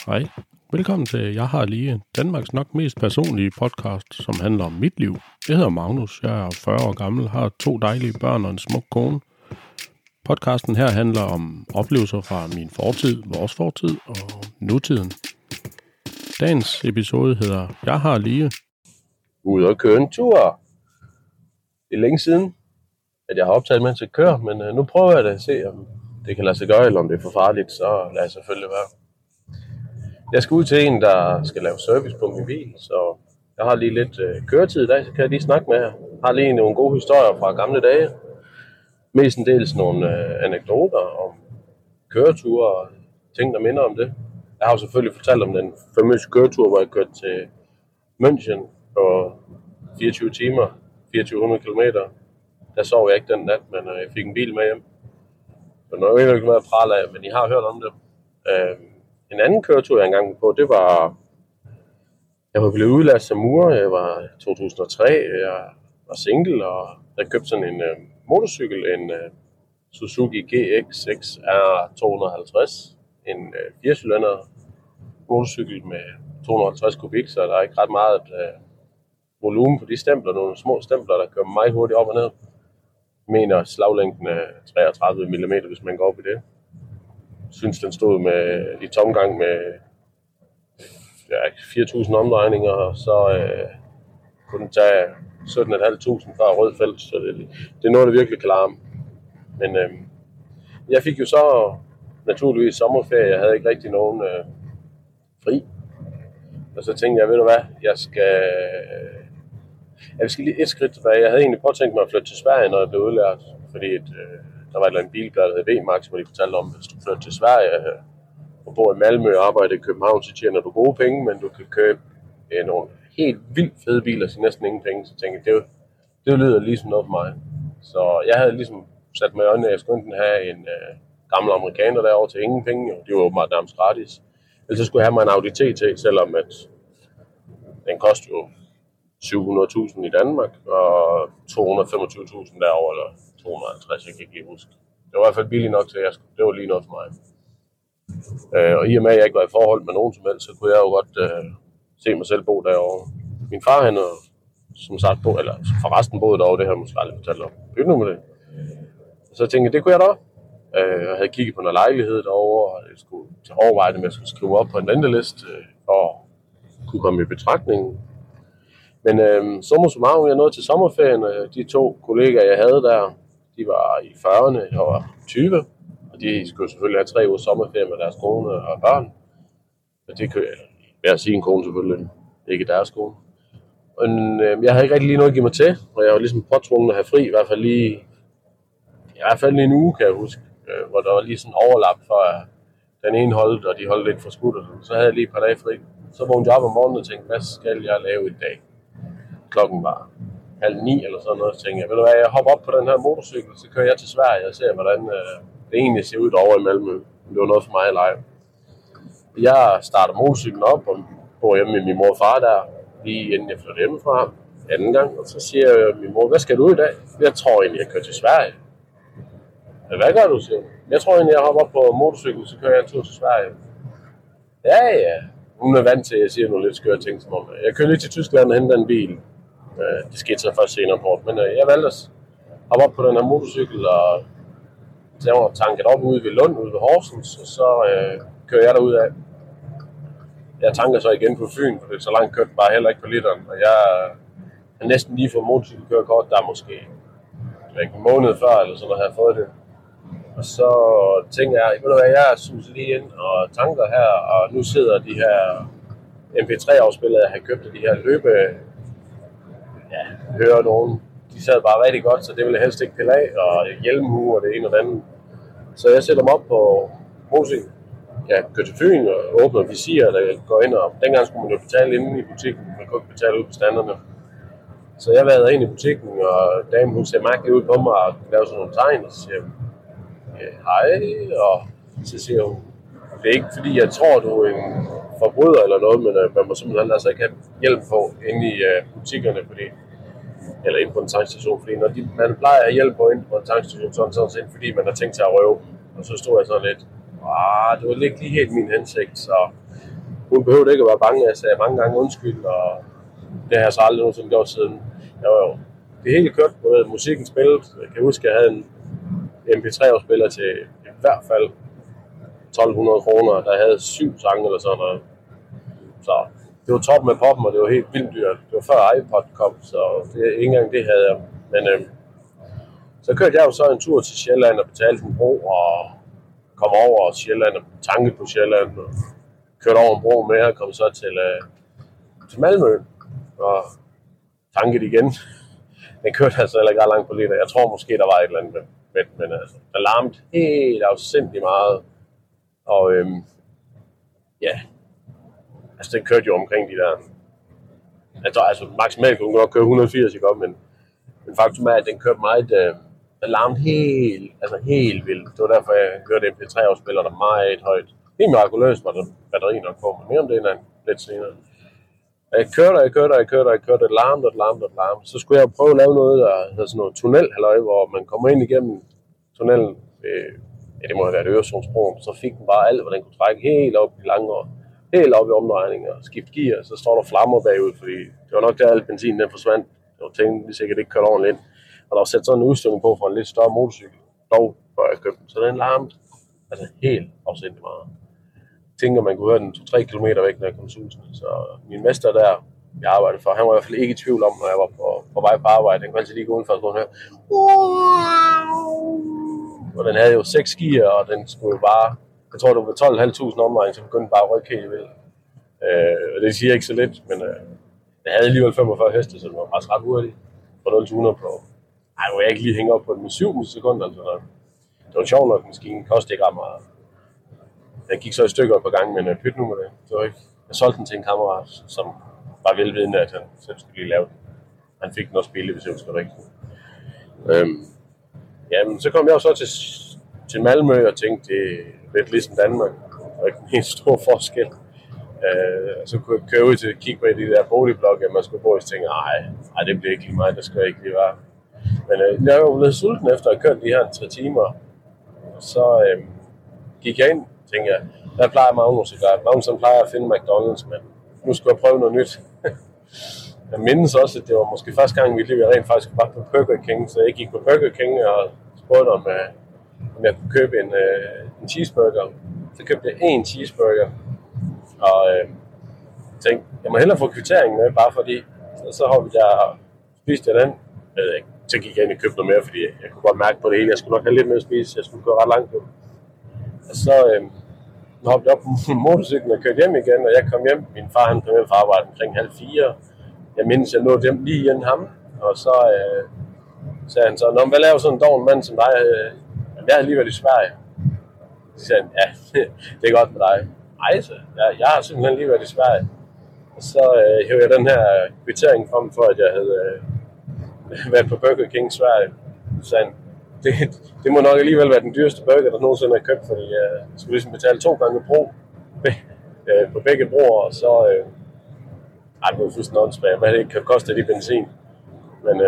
Hej. Velkommen til Jeg har lige Danmarks nok mest personlige podcast, som handler om mit liv. Jeg hedder Magnus, jeg er 40 år gammel, har 2 dejlige børn og en smuk kone. Podcasten her handler om oplevelser fra min fortid, vores fortid og nutiden. Dagens episode hedder Jeg har lige ude og køre en tur. Det er længe siden, at jeg har optaget, mens jeg kører, men nu prøver jeg da at se, om det kan lade sig gøre, eller om det er for farligt, så lad jeg selvfølgelig være. Jeg skal ud til en, der skal lave service på min bil, så jeg har lige lidt køretid i dag, så kan jeg lige snakke med jer. Jeg har lige nogle gode historier fra gamle dage. Mestendels nogle anekdoter om køreture og ting, der minder om det. Jeg har jo selvfølgelig fortalt om den famøse køretur, hvor jeg kørte til München på 24 timer, 2400 kilometer. Der sov jeg ikke den nat, men jeg fik en bil med hjem. Så nu er jeg ikke med at prale af, men I har hørt om det. En anden køretur, jeg engang var på, det var... Jeg var blevet udlært som murer. Jeg var 2003. Jeg var single, og jeg købte sådan en motorcykel, en Suzuki GX6 R250. En 4-cylinder motorcykel med 250 kubik, så der er ikke ret meget volumen på de stempler. Nogle små stempler, der kører meget hurtigt op og ned. Jeg mener slaglængden er 33 mm, hvis man går op i det. Jeg synes, den stod med i tomgang med 4.000 omdrejninger, og så kunne den tage 17.500 fra rød felt, så det er noget, der virkelig kan larme. Men jeg fik jo så naturligvis sommerferie. Jeg havde ikke rigtig nogen fri. Og så tænkte jeg, ved du hvad, jeg skal lige et skridt tilbage. Jeg havde egentlig påtænkt mig at flytte til Sverige, når jeg blev udlært, fordi der var et eller andet bilblad, der hed VMAX, hvor de fortalte om, at hvis du flytter til Sverige og bor i Malmø og arbejder i København, så tjener du gode penge, men du kan købe nogle helt vildt fede biler til næsten ingen penge. Så tænkte jeg, det lyder ligesom noget for mig. Så jeg havde ligesom sat mig i øjnene, at jeg skulle enten have en gammel amerikaner derovre til ingen penge, og det var åbenbart nærmest gratis. Ellers så skulle jeg have mig en Audi TT, selvom at den koster jo 700.000 i Danmark, og 225.000 derovre, eller 250, jeg kan ikke lige huske. Det var i hvert fald billigt nok til, at det var lige noget for mig. Og i og med, at jeg ikke var i forhold med nogen som helst, så kunne jeg jo godt se mig selv bo derovre. Min far, han som sagt forresten boede derovre, det har jeg måske aldrig fortalt om. Bytte nu med det. Så jeg tænkte, det kunne jeg da. Jeg havde kigget på noget lejlighed derovre, og jeg skulle til overveje det med, at jeg skulle skrive op på en venteliste, for at kunne komme i betragtning. Men summa summarum, jeg nåede til sommerferien, og de 2 kollegaer, jeg havde der, de var i 40'erne, jeg var 20, og de skulle selvfølgelig have 3 ugers sommerferie med deres kone og børn. Og det kører hver sin kone selvfølgelig, ikke deres kone. Men jeg havde ikke rigtig lige noget at give mig til, og jeg var ligesom påtvunget at have fri, i hvert fald lige en uge, kan jeg huske, hvor der var lige sådan overlap for, at den ene holdt, og de holdt lidt for skudt. Så havde jeg lige et par dage fri. Så vågnede jeg op om morgenen og tænkte, hvad skal jeg lave i dag? Klokken var 8:30 eller sådan noget, så tænkte jeg, ved du hvad, jeg hopper op på den her motorcykel, så kører jeg til Sverige og ser, hvordan det egentlig ser ud over i Malmø. Det var noget for mig at lege. Jeg starter motorcyklen op og bor hjemme med min mor og far der, lige inden jeg flytter hjemmefra anden gang, og så siger min mor, hvad skal du i dag? Jeg tror egentlig, jeg kører til Sverige. Hvad gør du, siger hun? Jeg tror egentlig, jeg hopper op på motorcyklen, så kører jeg en tur til Sverige. Ja. Hun er vant til, at jeg siger nogle lidt skøre ting, som om jeg kører lige til Tyskland og henter en bil. Det skete så først senere på, men jeg valgte at hoppe op på den her motorcykel, og så jeg var tanket op ude ved Lund, ude ved Horsens, og så kører jeg derud af. Jeg tanker så igen på Fyn, for det er så langt kørt bare heller ikke på literen, og jeg har næsten lige fået motorcykelkørekort, der måske en måned før, eller sådan noget, har jeg fået det. Og så tænker jeg, ved du hvad, jeg synes lige ind og tanker her, og nu sidder de her MP3-afspillere, jeg har købt af de her hører nogen. De sad bare rigtig godt, så det ville jeg helst ikke pille af, og hjelmhue og det ene og det andet. Så jeg sætter dem op på motorcykel. Jeg kører til Fyn og åbner visir, der går ind, og dengang skulle man jo betale inde i butikken, man kunne ikke betale ud på standerne. Så jeg vader ind i butikken, og damen hun ser mærkeligt ud på mig og laver sådan nogle tegn, og så siger hej, og så siger hun, det er ikke fordi jeg tror, du er en forbryder eller noget, men man må simpelthen altså ikke have hjælp på inde i butikkerne, eller inde på en tankstation, fordi når man plejer at hjælpe på inde på en tankstation, sådan set, fordi man har tænkt sig at røve dem. Og så stod jeg sådan lidt, det var ikke lige helt min hensigt, så hun behøvede ikke at være bange. Jeg sagde mange gange undskyld, og det har jeg så aldrig nogensinde gjort siden. Det hele kørte på musikken spillet. Jeg kan huske, at jeg havde en MP3-afspiller til i hvert fald 1.200 kroner, der havde 7 sange eller sådan noget. Så det var toppen af poppen, og det var helt vildt dyrt. Det var før iPod kom, så ikke engang det havde jeg. Men så kørte jeg jo så en tur til Sjælland og betalte en bro, og kom over Sjælland og tankede på Sjælland, og kørte over en bro med, og kom så til Malmø, og tankede igen. Den kørte altså heller ikke ret langt på liter. Jeg tror måske, der var et eller andet med, men altså, der larmede helt afsindigt meget. Og altså den kørte jo omkring de der, altså maksimalt kunne den godt køre 180 i godt, men faktum er, at den kørte meget, den larmede helt vildt. Det var derfor, jeg kørte MP3-afspiller der meget højt. Helt mirakuløst var der batteri nok på, men mere om det end lidt senere. Jeg kørte, det larmede. Så skulle jeg prøve at lave noget, der hedder sådan noget tunnel, hvor man kommer ind igennem tunnelen. Det må have været Øresundsbroen. Så fik den bare alt, hvad den kunne trække helt op i Langård. Helt op i omdrejninger, skift gear, så står der flammer bagud, fordi det var nok der alt benzin den forsvandt. Jeg tænkte, vi sikkert ikke kørte ordentligt ind. Og der var sat sådan en udstødning på for en lidt større motorcykel. Dog før jeg købte den, så den larmede altså helt afsindigt meget. Jeg tænker, man kunne høre den 2-3 km væk, når jeg kom susen. Så min mester der, jeg arbejdede for, han var i hvert fald ikke i tvivl om, når jeg var på vej på arbejde. Den kunne altid lige gå udenfor, og så høre. Og den havde jo 6 gear, og den skulle jo bare, jeg tror, det var 12.500 omdrejninger, så begyndte bare at rykke helt vildt. Og det siger ikke så lidt, men den havde alligevel 45 heste, så den var faktisk ret hurtigt. Fra 0 til 100 på. Ej, nu jeg ikke lige hænge op på den med 7 sekunder. Altså. Det var sjovt nok, maskinen kostede ikke ret meget. Jeg gik så i stykker på gang, men pyt nu med det. Det var ikke. Jeg solgte den til en kammerat, som var velvidende, at han selv skulle lige lave den. Han fik den også billigt, hvis jeg husker rigtigt. Jamen, så kom jeg jo så til Malmø og tænkte, det er lidt ligesom Danmark. Der er ikke en helt stor forskel. Så kunne jeg køre ud til at kigge på de der boligblokke, man skulle bo i, og tænkte, nej, det bliver ikke lige mig, det skal jeg ikke lige være. Men jeg var jo blevet sulten efter at have kørt de her 3 timer. Så gik jeg ind, tænkte jeg, hvad plejer Magnus at gøre? Magnus plejer at finde McDonald's, men nu skulle jeg prøve noget nyt. Jeg mindes også, at det var måske første gang i mit liv, jeg rent faktisk var på Burger King, så jeg gik på Burger King og spurgte om jeg kunne købe en cheeseburger. Så købte jeg 1 cheeseburger, og tænkte, jeg må hellere få kvitteringen med, bare fordi, så spiste jeg den. Så gik jeg ind og købte noget mere, fordi jeg kunne godt mærke på det hele, jeg skulle nok have lidt mere at spise, jeg skulle gå ret langt på. Og så hoppede jeg op på motorcyklen og kørte hjem igen, og jeg kom hjem. Min far han kom hjem fra arbejde omkring 3:30. Jeg mindes, jeg nåede hjem lige inden ham, og så sagde han så, hvad laver sådan en doven mand som dig? Jeg har lige været i Sverige. Så sagde han, ja, det er godt med dig. Ej, så jeg har simpelthen lige været i Sverige. Og så hævde jeg den her kvittering frem for, at jeg havde været på Burger King i Sverige. Så sagde han, det må nok alligevel være den dyreste burger, der nogensinde har købt, fordi jeg skulle ligesom betale 2 gange bro på begge broer, og så det var fuldstændig åndssvagt, hvad det ikke kan koste af de benzin. Men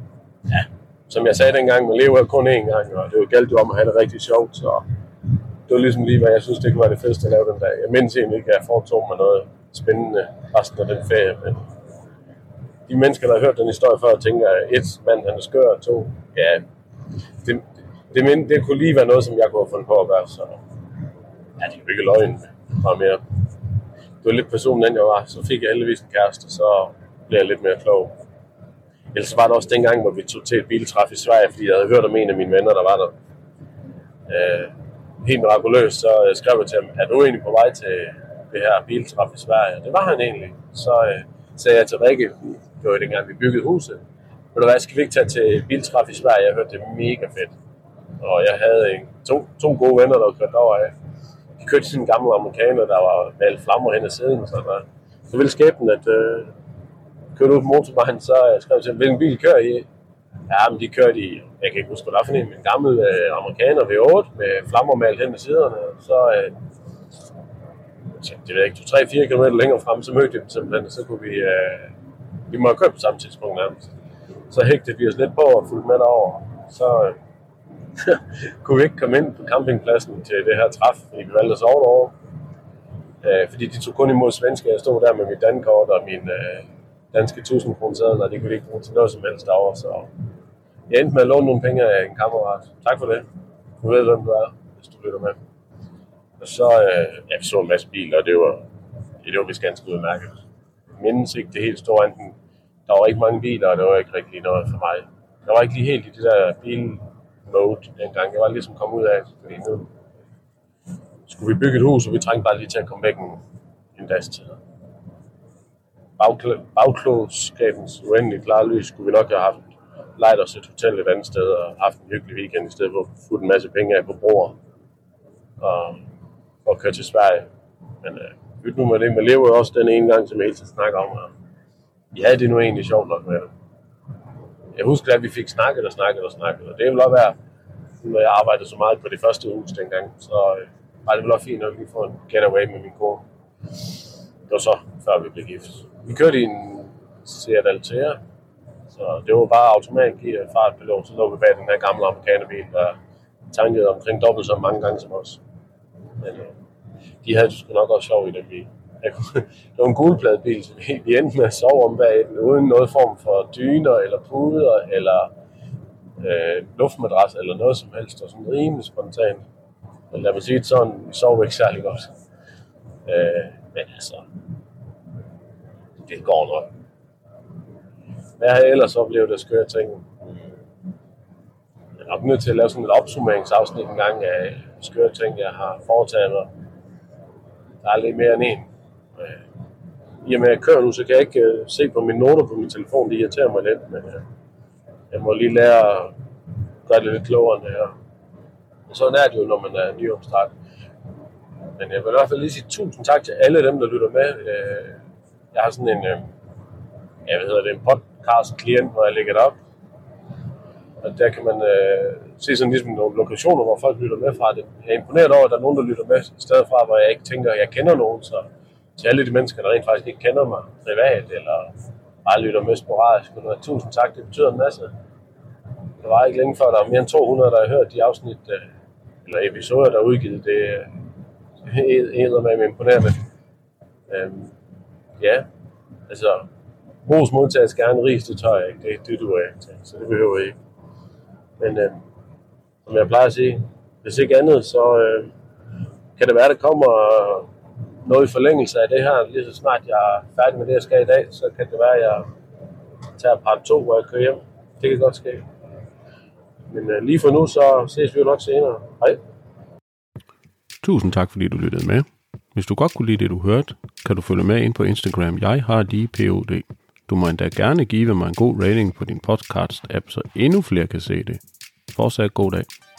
som jeg sagde dengang, man lever kun én gang, og det var galt jo om at have det rigtig sjovt, så det var ligesom lige, hvad jeg synes, det kunne være det fedeste at lave den dag. Jeg mindes egentlig ikke, at jeg foretog mig noget spændende resten af den ferie, men de mennesker, der har hørt den historie før, tænker, at 1, mand, han er skør, og 2, ja, det kunne lige være noget, som jeg kunne have fundet på at gøre, så ja, det er jo ikke løgn, bare mere. Det var lidt personen, den jeg var, så fik jeg heldigvis en kæreste, og så blev jeg lidt mere klog. Ellers var det også dengang, hvor vi tog til et biltræf i Sverige, fordi jeg havde hørt om en af mine venner, der var der. Helt mirakuløst, så skrev jeg til ham, er du egentlig på vej til det her biltræf i Sverige? Og det var han egentlig. Så sagde jeg til Rikke, det var dengang vi byggede huset, ved du hvad, skal vi ikke tage til et biltræf i Sverige? Jeg hørte det mega fedt. Og jeg havde to gode venner, der var kørt over af. De kørte sådan en gammel amerikaner, der var malet flammer hen ad siden. Så ville skæbnen, at kørte ud på motorvejen, så skrev jeg til, hvilken bil kører I? Ja, men de kørte i, jeg kan ikke huske, hvad der er for en gammel amerikaner V8 med flammer malet hen ad siderne. Så det ved jeg ikke, 2-3-4 km længere frem, så mødte jeg dem simpelthen, og så kunne vi må have kørt på samme tidspunkt nærmest. Så hægtede vi os lidt på og fulgte med derover. Så kunne vi ikke komme ind på campingpladsen til det her træf, fordi vi valgte at sove derovre. Fordi de tog kun imod svenske. Jeg stod der med mit dankort og min danske 1000 kroner sædler, og det kunne de ikke bruge til noget som helst derovre. Så jeg endte med at låne nogle penge af en kammerat. Tak for det. Du ved, hvem du er, hvis du lytter med. Og så vi så en masse biler, og det var vist ganske udmærket. Jeg mindes ikke det helt store, enten der var ikke mange biler, og det var ikke rigtig noget for mig. Jeg var ikke lige helt i det der bil-mode dengang. Jeg var ligesom kommet ud af, fordi nu skulle vi bygge et hus, og vi trængte bare lige til at komme væk en dags tid. Bagklodskabens uendeligt klare lys skulle vi nok have haft lejet os et hotel et andet sted og haft en hyggelig weekend i stedet for at få en masse penge af på broer og køre til Sverige. Men byt nu med det. Man lever jo også den ene gang, som jeg hele tiden snakker om. Og vi havde det nu egentlig sjovt nok med det. Jeg husker, at vi fik snakket, og det ville også være, når jeg arbejdede så meget på det første hus dengang, så var det vel også fint at vi får en getaway med min kone. Det var så, før vi blev gift. Vi kørte i en Seat Altea, så det var bare automatgear, fartpilot, så lå vi bag den her gamle amerikanerbil, der tankede omkring dobbelt så mange gange som os. Men de havde sgu nok også sjov i den bil. Det var en gulpladebil, så vi endte med at sove om bag den, uden noget form for dyner eller puder eller luftmadras eller noget som helst, og sådan rimelig spontant. Men lad mig sige det sådan, vi sov ikke særlig godt. Men altså, det går nok. Hvad har jeg ellers oplevet af skøre ting? Jeg er nok nødt til at lave sådan et opsummeringsafsnit en gang af skøre ting, jeg har foretaget mig. Der er lidt mere end en. I og med at jeg kører nu, så kan jeg ikke se på mine noter på min telefon. Det irriterer mig lidt, men jeg må lige lære at gøre det lidt klogere end det her. Og sådan er det jo, når man er nyopstartet. Men jeg vil i hvert fald lige sige tusind tak til alle dem, der lytter med. Jeg har sådan en podcast-klient, hvor jeg lægger det op. Og der kan man se sådan ligesom nogle lokationer, hvor folk lytter med fra det. Jeg er imponeret over, at der er nogen, der lytter med i stedet fra, hvor jeg ikke tænker, at jeg kender nogen. Så til alle de mennesker, der rent faktisk ikke kender mig privat, eller bare lytter med sporadisk. Tusind tak, det betyder en masse. Det var ikke længe før, der var mere end 200, der har hørt de afsnit, eller episoder, der er udgivet. Det er med imponerende. Ja, altså, ros modtages gerne, ris, det tør jeg ikke. Det duer jeg ikke til, så det behøver jeg ikke. Men som jeg plejer at sige, hvis ikke andet, så kan det være, der kommer noget i forlængelse af det her. Lige så snart jeg er færdig med det, jeg skal i dag, så kan det være, at jeg tager part 2, hvor jeg kører hjem. Det kan godt ske. Men lige for nu, så ses vi jo nok senere. Hej. Tusind tak, fordi du lyttede med. Hvis du godt kunne lide det, du hørte, kan du følge med ind på Instagram. Jeg har lige POD. Du må endda gerne give mig en god rating på din podcast-app, så endnu flere kan se det. Fortsat god dag.